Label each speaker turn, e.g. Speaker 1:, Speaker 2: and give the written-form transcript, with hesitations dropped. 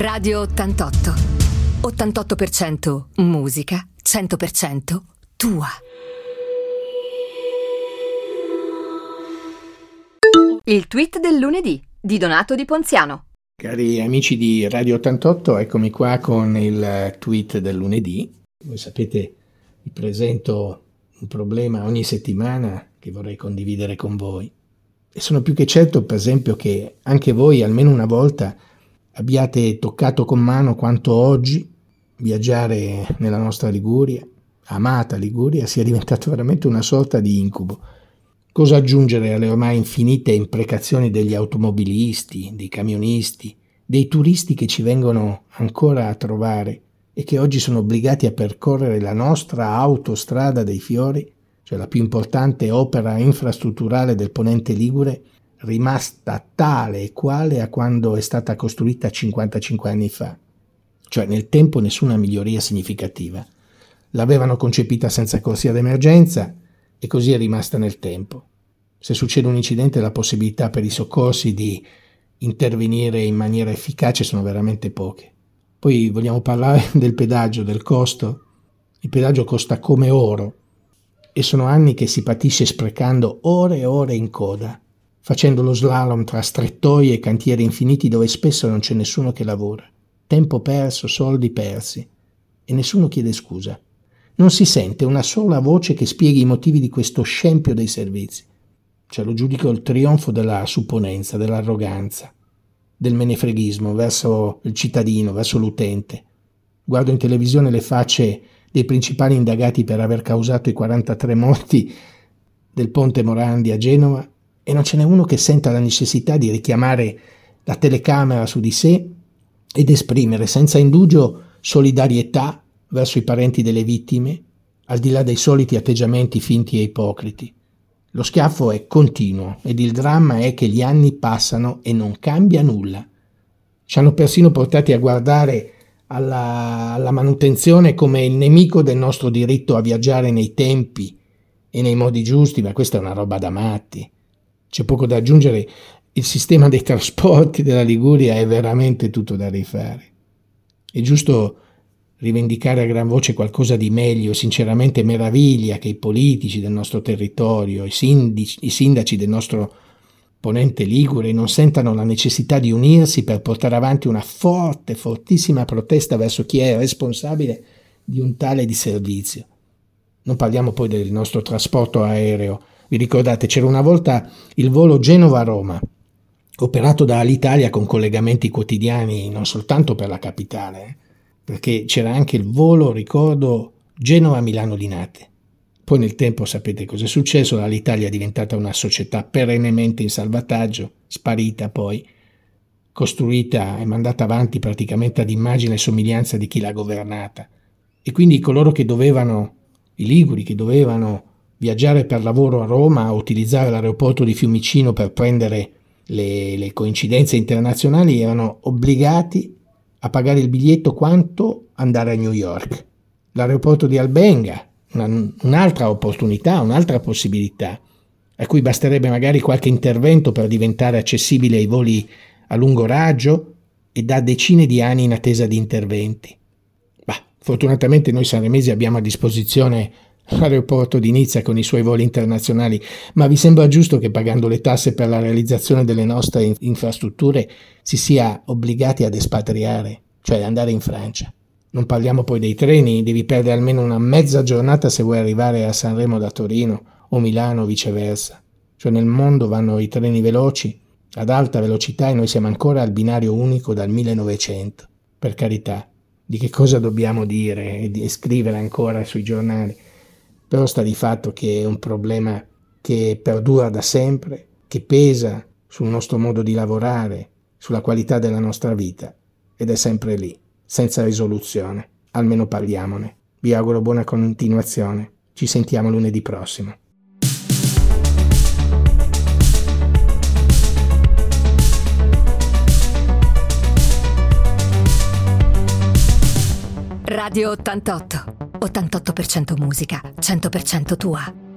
Speaker 1: Radio 88. 88% musica, 100% tua. Il tweet del lunedì di Donato Di Ponziano.
Speaker 2: Cari amici di Radio 88, eccomi qua con il tweet del lunedì. Voi sapete, vi presento un problema ogni settimana che vorrei condividere con voi. E sono più che certo, per esempio, che anche voi almeno una volta abbiate toccato con mano quanto oggi viaggiare nella nostra Liguria, amata Liguria, sia diventato veramente una sorta di incubo. Cosa aggiungere alle ormai infinite imprecazioni degli automobilisti, dei camionisti, dei turisti che ci vengono ancora a trovare e che oggi sono obbligati a percorrere la nostra autostrada dei fiori, cioè la più importante opera infrastrutturale del ponente ligure, rimasta tale e quale a quando è stata costruita 55 anni fa. Cioè nel tempo nessuna miglioria significativa. L'avevano concepita senza corsia d'emergenza e così è rimasta nel tempo. Se succede un incidente, la possibilità per i soccorsi di intervenire in maniera efficace sono veramente poche. Poi vogliamo parlare del pedaggio, del costo. Il pedaggio costa come oro e sono anni che si patisce sprecando ore e ore in coda, facendo lo slalom tra strettoie e cantieri infiniti dove spesso non c'è nessuno che lavora. Tempo perso, soldi persi e nessuno chiede scusa. Non si sente una sola voce che spieghi i motivi di questo scempio dei servizi. Cioè lo giudico il trionfo della supponenza, dell'arroganza, del menefreghismo verso il cittadino, verso l'utente. Guardo in televisione le facce dei principali indagati per aver causato i 43 morti del ponte Morandi a Genova e non ce n'è uno che senta la necessità di richiamare la telecamera su di sé ed esprimere senza indugio solidarietà verso i parenti delle vittime, al di là dei soliti atteggiamenti finti e ipocriti. Lo schiaffo è continuo ed il dramma è che gli anni passano e non cambia nulla. Ci hanno persino portati a guardare alla manutenzione come il nemico del nostro diritto a viaggiare nei tempi e nei modi giusti, ma questa è una roba da matti. C'è poco da aggiungere, il sistema dei trasporti della Liguria è veramente tutto da rifare. È giusto rivendicare a gran voce qualcosa di meglio, sinceramente meraviglia che i politici del nostro territorio, i sindaci del nostro ponente ligure non sentano la necessità di unirsi per portare avanti una fortissima protesta verso chi è responsabile di un tale disservizio. Non parliamo poi del nostro trasporto aereo. Vi ricordate, c'era una volta il volo Genova-Roma, operato da Alitalia con collegamenti quotidiani non soltanto per la capitale, perché c'era anche il volo, ricordo, Genova-Milano-Linate. Poi nel tempo sapete cosa è successo, l'Alitalia è diventata una società perennemente in salvataggio, sparita poi, costruita e mandata avanti praticamente ad immagine e somiglianza di chi l'ha governata. E quindi coloro che dovevano, i liguri che dovevano viaggiare per lavoro a Roma, utilizzare l'aeroporto di Fiumicino per prendere le coincidenze internazionali, erano obbligati a pagare il biglietto quanto andare a New York. L'aeroporto di Albenga, un'altra opportunità, un'altra possibilità, a cui basterebbe magari qualche intervento per diventare accessibile ai voli a lungo raggio e da decine di anni in attesa di interventi. Fortunatamente noi sanremesi abbiamo a disposizione l'aeroporto di Nizza con i suoi voli internazionali, ma vi sembra giusto che pagando le tasse per la realizzazione delle nostre infrastrutture si sia obbligati ad espatriare, cioè andare in Francia? Non parliamo poi dei treni, devi perdere almeno una mezza giornata se vuoi arrivare a Sanremo da Torino o Milano o viceversa. Cioè nel mondo vanno i treni veloci ad alta velocità e noi siamo ancora al binario unico dal 1900. Per carità, di che cosa dobbiamo dire e scrivere ancora sui giornali? Però sta di fatto che è un problema che perdura da sempre, che pesa sul nostro modo di lavorare, sulla qualità della nostra vita ed è sempre lì, senza risoluzione. Almeno parliamone. Vi auguro buona continuazione. Ci sentiamo lunedì prossimo.
Speaker 1: Radio 88. 88% musica, 100% tua.